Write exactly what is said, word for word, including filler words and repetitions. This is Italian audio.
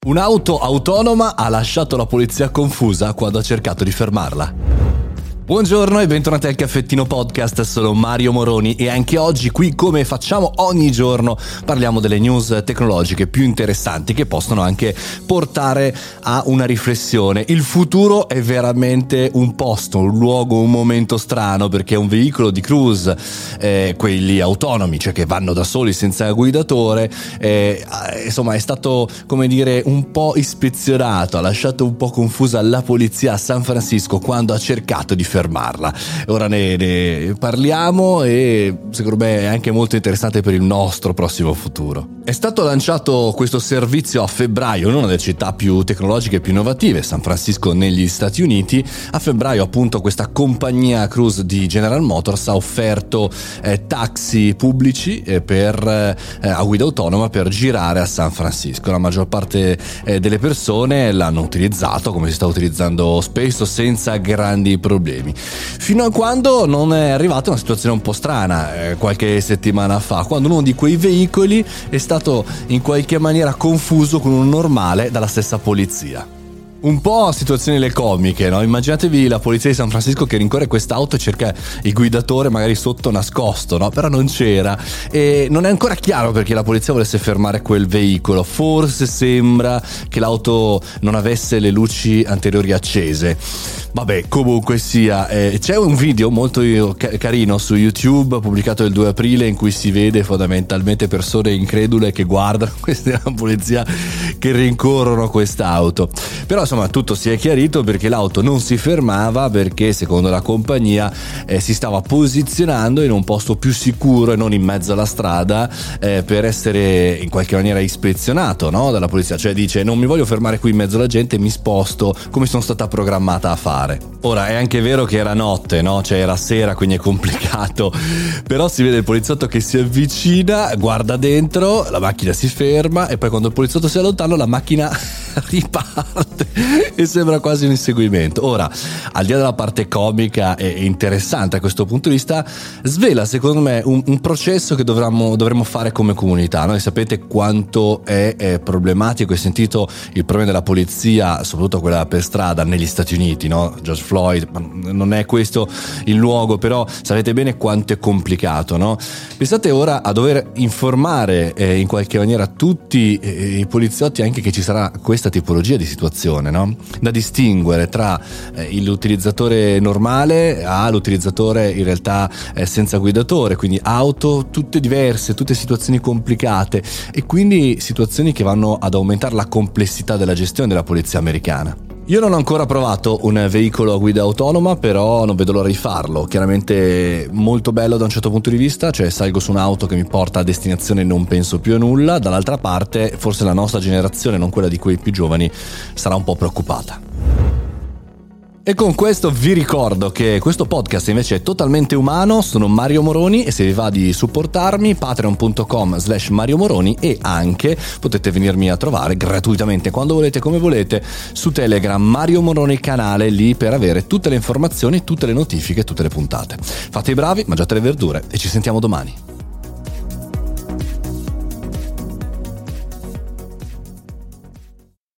Un'auto autonoma ha lasciato la polizia confusa quando ha cercato di fermarla. Buongiorno e bentornati al Caffettino Podcast, sono Mario Moroni e anche oggi qui, come facciamo ogni giorno, parliamo delle news tecnologiche più interessanti che possono anche portare a una riflessione. Il futuro è veramente un posto, un luogo, un momento strano, perché un veicolo di cruise, eh, quelli autonomi, cioè che vanno da soli senza guidatore, eh, insomma è stato, come dire, un po' ispezionato, ha lasciato un po' confusa la polizia a San Francisco quando ha cercato di fermarla. Ora ne, ne parliamo e secondo me è anche molto interessante per il nostro prossimo futuro. È stato lanciato questo servizio a febbraio in una delle città più tecnologiche e più innovative, San Francisco negli Stati Uniti. A febbraio appunto questa compagnia cruise di General Motors ha offerto eh, taxi pubblici eh, per, eh, a guida autonoma per girare a San Francisco. La maggior parte eh, delle persone l'hanno utilizzato, come si sta utilizzando spesso, senza grandi problemi. Fino a quando non è arrivata una situazione un po' strana, eh, qualche settimana fa, quando uno di quei veicoli è stato in qualche maniera confuso con un normale dalla stessa polizia. Un po' situazioni le comiche, no? Immaginatevi la polizia di San Francisco che rincorre quest'auto e cerca il guidatore magari sotto nascosto, no? Però non c'era e non è ancora chiaro perché la polizia volesse fermare quel veicolo. Forse sembra che l'auto non avesse le luci anteriori accese. Vabbè, comunque sia, eh, c'è un video molto ca- carino su YouTube pubblicato il due aprile in cui si vede fondamentalmente persone incredule che guardano questa polizia che rincorrono quest'auto. Però insomma tutto si è chiarito perché l'auto non si fermava perché secondo la compagnia eh, si stava posizionando in un posto più sicuro e non in mezzo alla strada eh, per essere in qualche maniera ispezionato, no? Dalla polizia. Cioè dice: non mi voglio fermare qui in mezzo alla gente, mi sposto come sono stata programmata a fare. Ora è anche vero che era notte, no? Cioè era sera, quindi è complicato, però si vede il poliziotto che si avvicina, guarda dentro, la macchina si ferma e poi quando il poliziotto si allontana la macchina riparte e sembra quasi un inseguimento. Ora, al di là della parte comica e interessante a questo punto di vista, svela secondo me un, un processo che dovremmo, dovremmo fare come comunità. Noi sapete quanto è, è problematico e sentito il problema della polizia, soprattutto quella per strada negli Stati Uniti, no? George Floyd, non è questo il luogo, però sapete bene quanto è complicato, no? Pensate ora a dover informare eh, in qualche maniera tutti eh, i poliziotti anche che ci sarà questa tipologia di situazione, no? Da distinguere tra eh, l'utilizzatore normale all'utilizzatore in realtà eh, senza guidatore, quindi auto tutte diverse, tutte situazioni complicate e quindi situazioni che vanno ad aumentare la complessità della gestione della polizia americana. Io non ho ancora provato un veicolo a guida autonoma, però non vedo l'ora di farlo. Chiaramente molto bello da un certo punto di vista, cioè salgo su un'auto che mi porta a destinazione e non penso più a nulla. Dall'altra parte, forse la nostra generazione, non quella di quei più giovani, sarà un po' preoccupata. E con questo vi ricordo che questo podcast invece è totalmente umano, sono Mario Moroni e se vi va di supportarmi patreon punto com slash Mario Moroni e anche potete venirmi a trovare gratuitamente quando volete, come volete, su Telegram Mario Moroni canale, lì per avere tutte le informazioni, tutte le notifiche, tutte le puntate. Fate i bravi, mangiate le verdure e ci sentiamo domani.